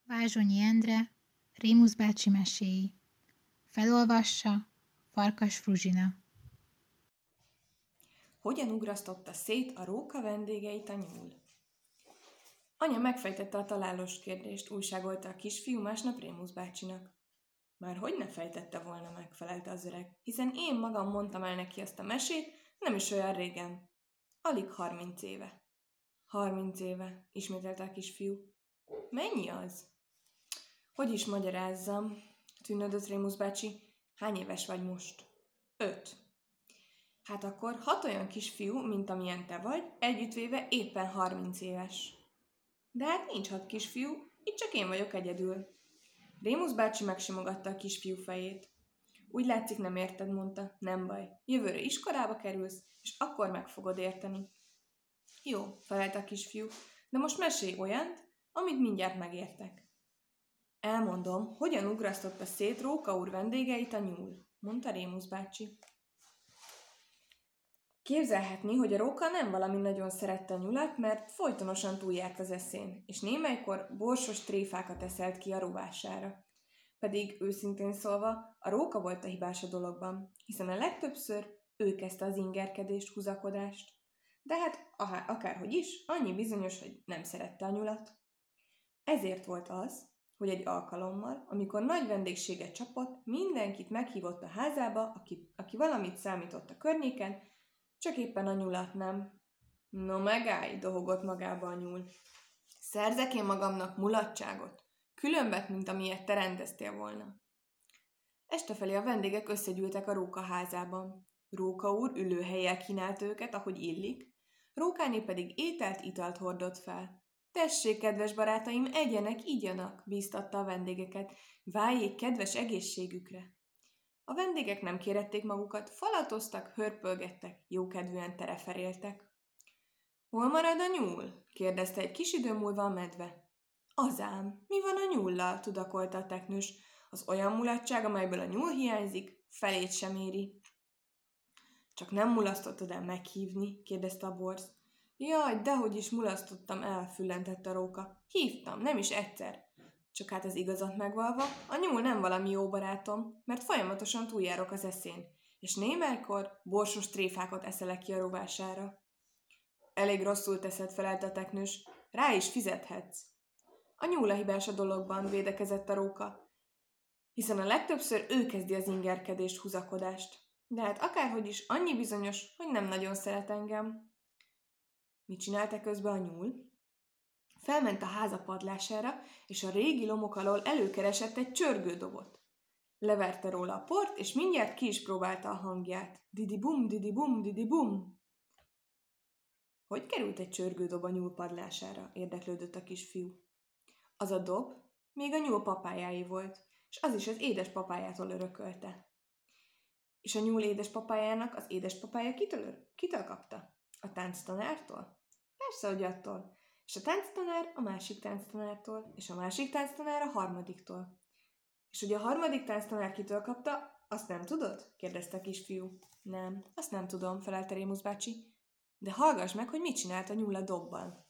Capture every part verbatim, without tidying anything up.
Vázsonyi Endre, Rémusz bácsi meséi. Felolvassa Farkas Fruzsina. Hogyan ugrasztotta szét a róka vendégeit a nyúl? Anya megfejtette a találós kérdést, újságolta a kisfiú másnap Rémusz bácsinak. Már hogy ne fejtette volna meg, felelte az öreg, hiszen én magam mondtam el neki azt a mesét, nem is olyan régen. Alig harminc éve. Harminc éve, ismételte a kisfiú. Mennyi az? Hogy is magyarázzam, tűnődött Rémusz bácsi. Hány éves vagy most? Öt. Hát akkor hat olyan kisfiú, mint amilyen te vagy, együttvéve éppen harminc éves. De hát nincs hat kisfiú, itt csak én vagyok egyedül. Rémusz bácsi megsimogatta a kisfiú fejét. Úgy látszik, nem érted, mondta. Nem baj, jövőre iskolába kerülsz, és akkor meg fogod érteni. Jó, felelt a kisfiú, de most mesélj olyant, amit mindjárt megértek. Elmondom, hogyan ugrasztotta szét Róka úr vendégeit a nyúl, mondta Rémusz bácsi. Képzelhetni, hogy a róka nem valami nagyon szerette a nyulat, mert folytonosan túljárt az eszén, és némelykor borsos tréfákat eszelt ki a rovására. Pedig őszintén szólva, a róka volt a hibás a dologban, hiszen a legtöbbször ő kezdte az ingerkedést, húzakodást. De hát akárhogy is, annyi bizonyos, hogy nem szerette a nyulat. Ezért volt az, hogy egy alkalommal, amikor nagy vendégséget csapott, mindenkit meghívott a házába, aki, aki valamit számított a környéken, csak éppen a nyulat nem. No megállj, dohogott magába a nyúl. Szerzek én magamnak mulatságot, különbet, mint amilyet te rendeztél volna. Estefelé a vendégek összegyűltek a róka házában. Róka úr ülőhellyel kínált őket, ahogy illik, Rókáné pedig ételt, italt hordott fel. Tessék, kedves barátaim, egyenek, igyanak, bíztatta a vendégeket, váljék kedves egészségükre. A vendégek nem kérették magukat, falatoztak, hörpölgettek, jókedvűen tereferéltek. Hol marad a nyúl? kérdezte egy kis idő múlva a medve. Azám, mi van a nyúllal? Tudakolta a teknős. Az olyan mulatság, amelyből a nyúl hiányzik, felét sem éri. Csak nem mulasztottad el meghívni? kérdezte a borz. Jaj, dehogy is mulasztottam el, füllentette a róka. Hívtam, nem is egyszer. Csak hát az igazat megvalva, a nyúl nem valami jó barátom, mert folyamatosan túljárok az eszén, és némelykor borsos tréfákat eszelek ki a rovására. Elég rosszul teszed, felelt a teknős, rá is fizethetsz. A nyúl a hibás a dologban, védekezett a róka, hiszen a legtöbbször ő kezdi az ingerkedést, húzakodást. De hát akárhogy is, annyi bizonyos, hogy nem nagyon szeret engem. Mit csinálta közben a nyúl? Felment a háza padlására, és a régi lomok alól előkeresett egy csörgődobot. Leverte róla a port, és mindjárt ki is próbálta a hangját. Didi-bum, didi-bum, didi-bum. Hogy került egy csörgődob a nyúl padlására? Érdeklődött a kisfiú. Az a dob még a nyúl papájáé volt, és az is az édespapájától örökölte. És a nyúl édespapájának az édespapája kitől, kitől kapta? A tánctanártól? Persze, hogy attól. És a tánctanár a másik tánctanártól, és a másik tánctanár a harmadiktól. És hogy a harmadik tánctanár kitől kapta, azt nem tudod? kérdezte a kisfiú. Nem, azt nem tudom, felelte Rémusz bácsi. De hallgass meg, hogy mit csinált a nyúl a dobbal.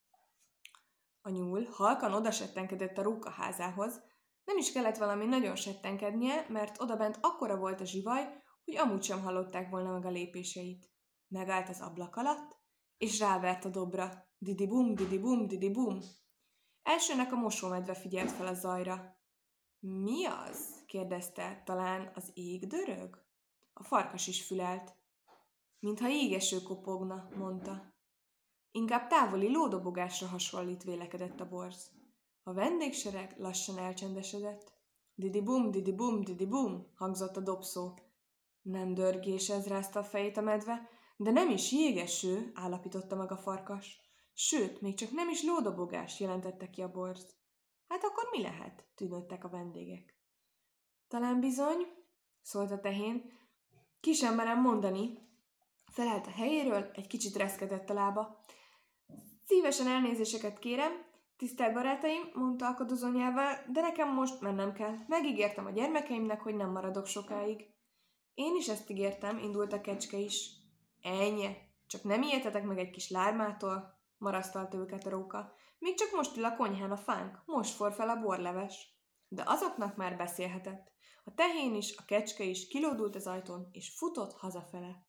A nyúl halkan odasettenkedett a róka házához, nem is kellett valami nagyon settenkednie, mert odabent akkora volt a zsivaj, hogy amúgy sem hallották volna meg a lépéseit. Megállt az ablak alatt, és rávert a dobra. Didi-bum, didi-bum, didi-bum. Elsőnek a mosómedve figyelt fel a zajra. Mi az? kérdezte, talán az ég dörög? A farkas is fülelt. Mintha égeső kopogna, mondta. Inkább távoli lódobogásra hasonlít, vélekedett a borz. A vendégsereg lassan elcsendesedett. Didi-bum, didi-bum, didi-bum, hangzott a dobszó. Nem dörgés, ez rázta a fejét a medve, de nem is jégeső, állapította meg a farkas. Sőt, még csak nem is lódobogás, jelentette ki a borz. Hát akkor mi lehet? Tűnődtek a vendégek. Talán bizony, szólt a tehén. Ki sem merem mondani. Felállt a helyéről, egy kicsit reszkedett a lába. Szívesen elnézéseket kérem, tisztelt barátaim, mondta akadozó nyelvvel, de nekem most mennem kell. Megígértem a gyermekeimnek, hogy nem maradok sokáig. Én is ezt ígértem, indult a kecske is. Ennyi, csak nem ijedtetek meg egy kis lármától. marasztalta őket a róka. Még csak most ül a konyhán a fánk, most for fel a borleves. De azoknak már beszélhetett. A tehén is, a kecske is kilódult az ajtón, és futott hazafele.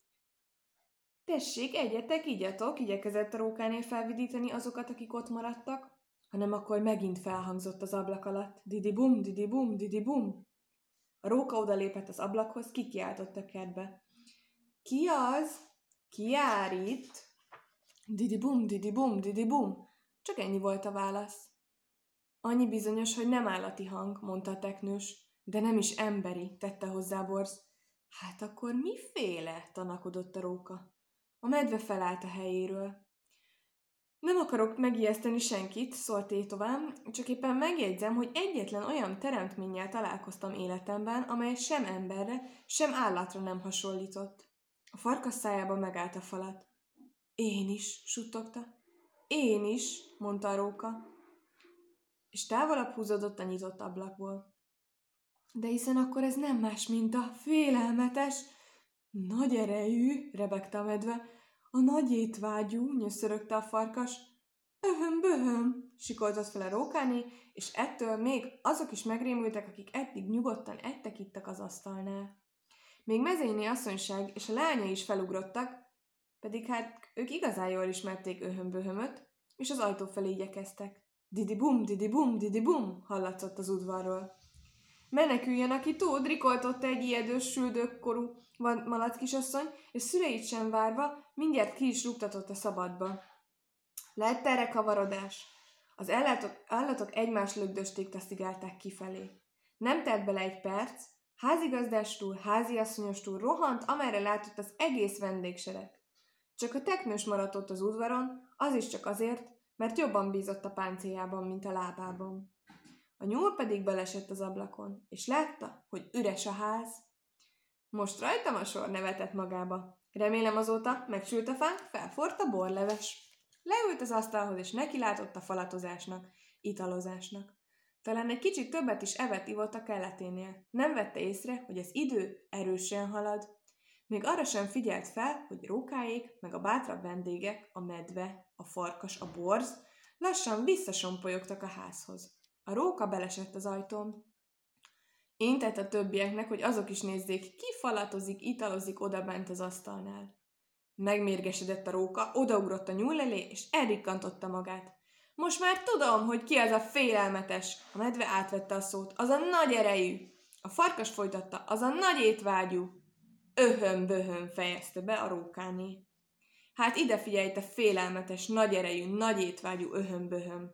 Tessék, egyetek, igyatok, igyekezett a rókánél felvidíteni azokat, akik ott maradtak, hanem akkor megint felhangzott az ablak alatt. Didi-bum, didi-bum, didi-bum. A róka odalépett az ablakhoz, kikiáltott a kertbe. Ki az? Ki jár itt? Didi-bum, didi-bum, didi-bum. Csak ennyi volt a válasz. Annyi bizonyos, hogy nem állati hang, mondta a teknős, de nem is emberi, tette hozzá Borz. Hát akkor miféle? Tanakodott a róka. A medve felállt a helyéről. Nem akarok megijeszteni senkit, szólt é tovább, csak éppen megjegyzem, hogy egyetlen olyan teremtménnyel találkoztam életemben, amely sem emberre, sem állatra nem hasonlított. A farkas szájában megállt a falat. Én is, suttogta. Én is, mondta a róka, és távolabb húzódott a nyitott ablakból. De hiszen akkor ez nem más, mint a félelmetes, nagy erejű, rebegte a medve, a nagy étvágyú, nyöszörögte a farkas. Öhöm-böhöm, sikoltott fel a rókáné, és ettől még azok is megrémültek, akik eddig nyugodtan ettek-ittak az asztalnál. Még Mezeiné asszonyság és a lánya is felugrottak, pedig hát ők igazán jól ismerték öhöm-böhömöt, és az ajtó felé igyekeztek. Didi-bum, didi-bum, didi-bum, hallatszott az udvarról. Meneküljön, aki tud, rikoltotta egy ijedős, süldőkkorú malac kisasszony, és szüleit sem várva mindjárt ki is rúgtatott a szabadba. Lett erre kavarodás. Az állatok, állatok egymás lögdösték taszigálták kifelé. Nem telt bele egy perc, házigazdástól, háziasszonyostól rohant, amerre látott az egész vendégsereg. Csak a teknős maradt ott az udvaron, az is csak azért, mert jobban bízott a páncéljában, mint a lábában. A nyúl pedig belesett az ablakon, és látta, hogy üres a ház. Most rajtam a sor, nevetett magába. Remélem azóta megsült a fánk, felforrt a borleves. Leült az asztalhoz, és nekilátott a falatozásnak, italozásnak. Talán egy kicsit többet is evett-ivott a kelleténél. Nem vette észre, hogy az idő erősen halad. Még arra sem figyelt fel, hogy rókáék, meg a bátrabb vendégek, a medve, a farkas, a borz, lassan visszasompolyogtak a házhoz. A róka belesett az ajtón. Intett a többieknek, hogy azok is nézzék, ki falatozik, italozik odabent az asztalnál. Megmérgesedett a róka, odaugrott a nyúl elé, és elrikkantotta magát. Most már tudom, hogy ki az a félelmetes. A medve átvette a szót, az a nagy erejű. A farkas folytatta, az a nagy étvágyú. Öhöm-böhöm, fejezte be a rókáné. Hát ide figyelj, te félelmetes, nagy erejű, nagy étvágyú öhöm-böhöm.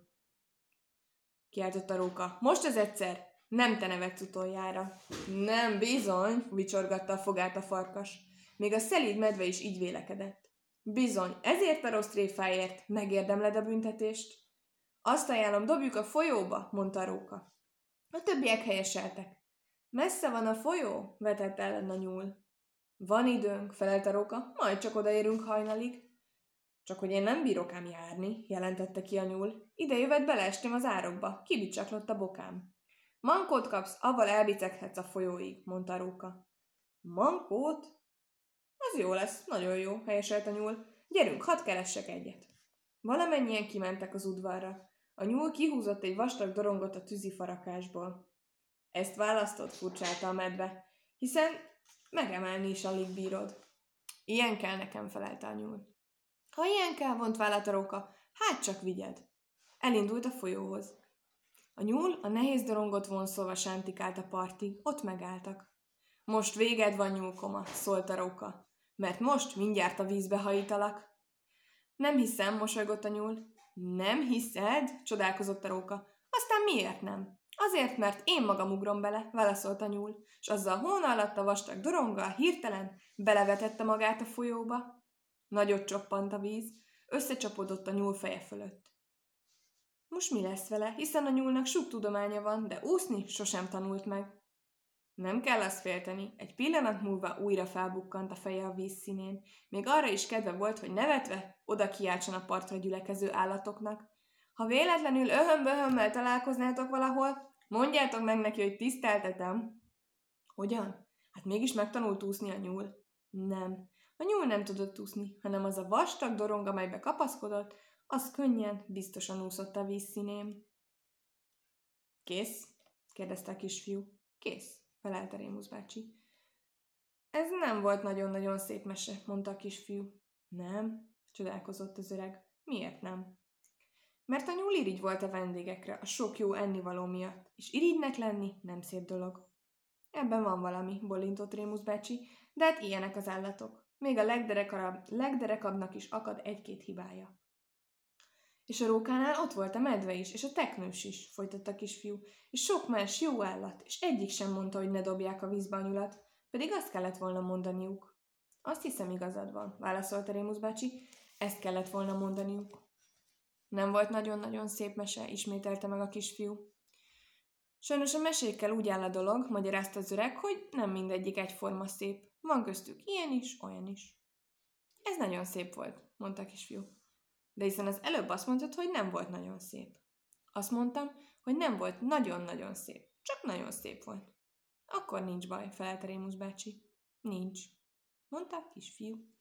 Kiáltott a róka. Most az egyszer, nem te nevetsz utoljára. Nem bizony, vicsorgatta a fogát a farkas. Még a szelíd medve is így vélekedett. Bizony, ezért a rossz tréfáért megérdemled a büntetést. Azt ajánlom, dobjuk a folyóba, mondta a róka. A többiek helyeseltek. Messze van a folyó, vetett ellen a nyúl. Van időnk, felelt a róka, majd csak odaérünk hajnalig. Csak hogy én nem bírok ám járni, jelentette ki a nyúl. Ide jövet beleestem az árokba, kibicsaklott a bokám. Mankót kapsz, avval elbiceghetsz a folyóig, mondta a róka. Mankót? Az jó lesz, nagyon jó, helyeselt a nyúl. Gyerünk, hadd keressek egyet. Valamennyien kimentek az udvarra. A nyúl kihúzott egy vastag dorongot a tűzifarakásból. Ezt választott, furcsálta a medve, hiszen megemelni is alig bírod. Ilyen kell nekem, felelte a nyúl. Ha ilyen kell, vont vállat a róka, hát csak vigyed. Elindult a folyóhoz. A nyúl a nehéz dorongot vonszolva sántikált a partig, ott megálltak. Most véged van, nyúlkoma, szólt a róka, mert most mindjárt a vízbe hajítalak. Nem hiszem, mosolygott a nyúl. Nem hiszed? Csodálkozott a róka. Aztán miért nem? Azért, mert én magam ugrom bele, válaszolt a nyúl, s azzal hóna alatt a vastag doronggal hirtelen belevetette magát a folyóba. Nagyot csoppant a víz, összecsapódott a nyúl feje fölött. Most mi lesz vele, hiszen a nyúlnak sok tudománya van, de úszni sosem tanult meg. Nem kell azt félteni, egy pillanat múlva újra felbukkant a feje a víz színén. Még arra is kedve volt, hogy nevetve oda kiáltson a partra gyülekező állatoknak. Ha véletlenül öhöm-böhömmel találkoznátok valahol, mondjátok meg neki, hogy tiszteltetem. Hogyan? Hát mégis megtanult úszni a nyúl? Nem. A nyúl nem tudott úszni, hanem az a vastag dorong, amelybe kapaszkodott, az könnyen, biztosan úszott a víz színén. Kész? kérdezte a kisfiú. Kész, felelte Rémusz bácsi. Ez nem volt nagyon-nagyon szép mese, mondta a kisfiú. Nem? Csodálkozott az öreg. Miért nem? Mert a nyúl irigy volt a vendégekre, a sok jó ennivaló miatt, és irigynek lenni nem szép dolog. Ebben van valami, bolintott Rémusz bácsi, de hát ilyenek az állatok. Még a legderekabb, legderekabbnak is akad egy-két hibája. És a rókánál ott volt a medve is, és a teknős is, folytatta a kisfiú, és sok más jó állat, és egyik sem mondta, hogy ne dobják a vízbe a nyulat, pedig azt kellett volna mondaniuk. Azt hiszem, igazad van, válaszolta Rémusz bácsi, ezt kellett volna mondaniuk. Nem volt nagyon-nagyon szép mese, ismételte meg a kisfiú. Sajnos a mesékkel úgy áll a dolog, magyarázta az öreg, hogy nem mindegyik egyforma szép. Van köztük ilyen is, olyan is. Ez nagyon szép volt, mondta a kisfiú. De hiszen az előbb azt mondtad, hogy nem volt nagyon szép. Azt mondtam, hogy nem volt nagyon-nagyon szép, csak nagyon szép volt. Akkor nincs baj, felelte Rémusz bácsi. Nincs, mondta a kisfiú.